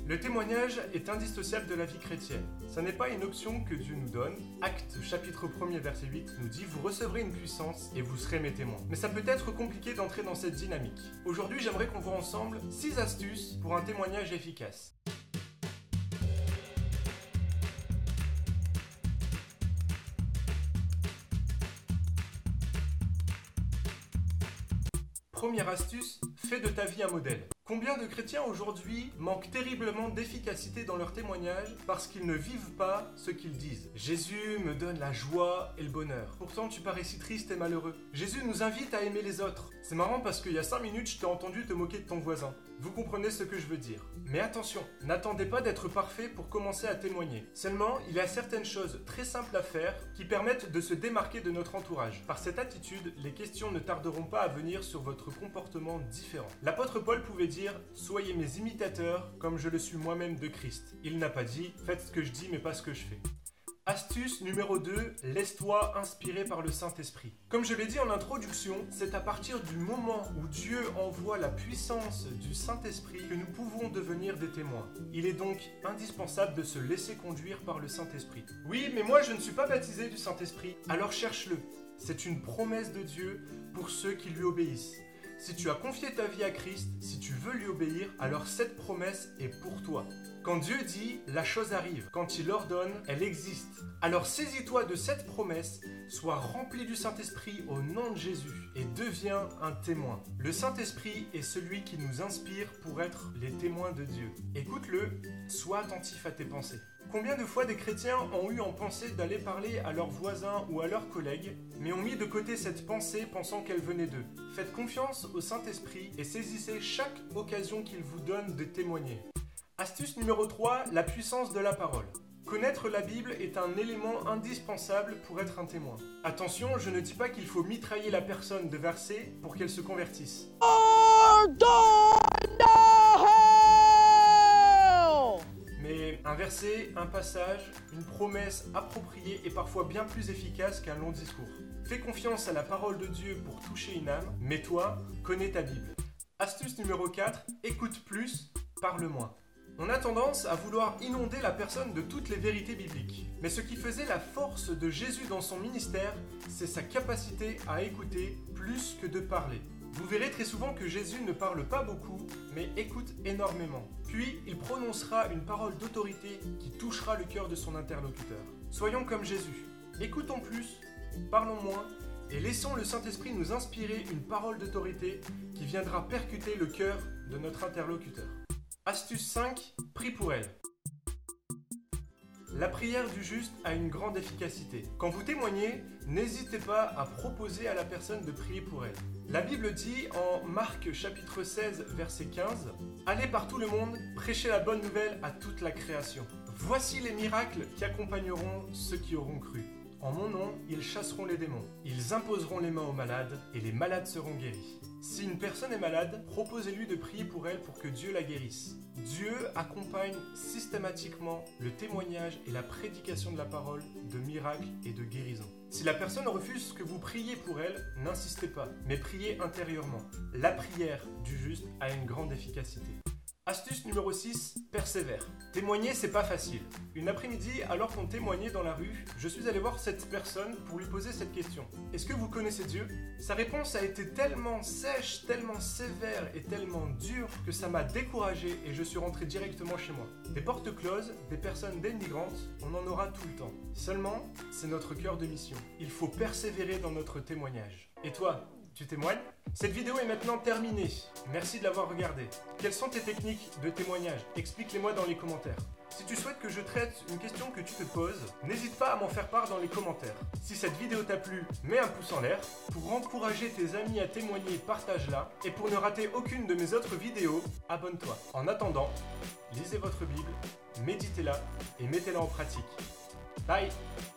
Le témoignage est indissociable de la vie chrétienne. Ça n'est pas une option que Dieu nous donne. Actes chapitre 1er verset 8 nous dit « Vous recevrez une puissance et vous serez mes témoins ». Mais ça peut être compliqué d'entrer dans cette dynamique. Aujourd'hui, j'aimerais qu'on voit ensemble 6 astuces pour un témoignage efficace. Première astuce, fais de ta vie un modèle. Combien de chrétiens aujourd'hui manquent terriblement d'efficacité dans leur témoignage parce qu'ils ne vivent pas ce qu'ils disent. Jésus me donne la joie et le bonheur. Pourtant, tu parais si triste et malheureux. Jésus nous invite à aimer les autres. C'est marrant parce qu'il y a 5 minutes, je t'ai entendu te moquer de ton voisin. Vous comprenez ce que je veux dire. Mais attention, n'attendez pas d'être parfait pour commencer à témoigner. Seulement, il y a certaines choses très simples à faire qui permettent de se démarquer de notre entourage. Par cette attitude, les questions ne tarderont pas à venir sur votre comportement différent. L'apôtre Paul pouvait dire « Soyez mes imitateurs comme je le suis moi-même de Christ ». Il n'a pas dit « Faites ce que je dis mais pas ce que je fais ». Astuce numéro 2, laisse-toi inspirer par le Saint-Esprit. Comme je l'ai dit en introduction, c'est à partir du moment où Dieu envoie la puissance du Saint-Esprit que nous pouvons devenir des témoins. Il est donc indispensable de se laisser conduire par le Saint-Esprit. Oui, mais moi je ne suis pas baptisé du Saint-Esprit, alors cherche-le. C'est une promesse de Dieu pour ceux qui lui obéissent. Si tu as confié ta vie à Christ, si tu veux lui obéir, alors cette promesse est pour toi. Quand Dieu dit, la chose arrive. Quand il ordonne, elle existe. Alors saisis-toi de cette promesse, sois rempli du Saint-Esprit au nom de Jésus et deviens un témoin. Le Saint-Esprit est celui qui nous inspire pour être les témoins de Dieu. Écoute-le, sois attentif à tes pensées. Combien de fois des chrétiens ont eu en pensée d'aller parler à leurs voisins ou à leurs collègues, mais ont mis de côté cette pensée pensant qu'elle venait d'eux? Faites confiance au Saint-Esprit et saisissez chaque occasion qu'il vous donne de témoigner. Astuce numéro 3, la puissance de la parole. Connaître la Bible est un élément indispensable pour être un témoin. Attention, je ne dis pas qu'il faut mitrailler la personne de versets pour qu'elle se convertisse. Mais un verset, un passage, une promesse appropriée est parfois bien plus efficace qu'un long discours. Fais confiance à la parole de Dieu pour toucher une âme, mais toi, connais ta Bible. Astuce numéro 4, écoute plus, parle moins. On a tendance à vouloir inonder la personne de toutes les vérités bibliques. Mais ce qui faisait la force de Jésus dans son ministère, c'est sa capacité à écouter plus que de parler. Vous verrez très souvent que Jésus ne parle pas beaucoup, mais écoute énormément. Puis, il prononcera une parole d'autorité qui touchera le cœur de son interlocuteur. Soyons comme Jésus. Écoutons plus, parlons moins, et laissons le Saint-Esprit nous inspirer une parole d'autorité qui viendra percuter le cœur de notre interlocuteur. Astuce 5, prie pour elle. La prière du juste a une grande efficacité. Quand vous témoignez, n'hésitez pas à proposer à la personne de prier pour elle. La Bible dit en Marc chapitre 16 verset 15 « Allez par tout le monde, prêchez la bonne nouvelle à toute la création. Voici les miracles qui accompagneront ceux qui auront cru. En mon nom, ils chasseront les démons. Ils imposeront les mains aux malades et les malades seront guéris. » Si une personne est malade, proposez-lui de prier pour elle pour que Dieu la guérisse. Dieu accompagne systématiquement le témoignage et la prédication de la parole de miracles et de guérison. Si la personne refuse que vous priez pour elle, n'insistez pas, mais priez intérieurement. La prière du juste a une grande efficacité. Astuce numéro 6, persévère. Témoigner, c'est pas facile. Une après-midi, alors qu'on témoignait dans la rue, je suis allé voir cette personne pour lui poser cette question. Est-ce que vous connaissez Dieu? Sa réponse a été tellement sèche, tellement sévère et tellement dure que ça m'a découragé et je suis rentré directement chez moi. Des portes closes, des personnes dénigrantes, on en aura tout le temps. Seulement, c'est notre cœur de mission. Il faut persévérer dans notre témoignage. Et toi, tu témoignes? Cette vidéo est maintenant terminée. Merci de l'avoir regardée. Quelles sont tes techniques de témoignage? Explique-les-moi dans les commentaires. Si tu souhaites que je traite une question que tu te poses, n'hésite pas à m'en faire part dans les commentaires. Si cette vidéo t'a plu, mets un pouce en l'air. Pour encourager tes amis à témoigner, partage-la. Et pour ne rater aucune de mes autres vidéos, abonne-toi. En attendant, lisez votre Bible, méditez-la et mettez-la en pratique. Bye!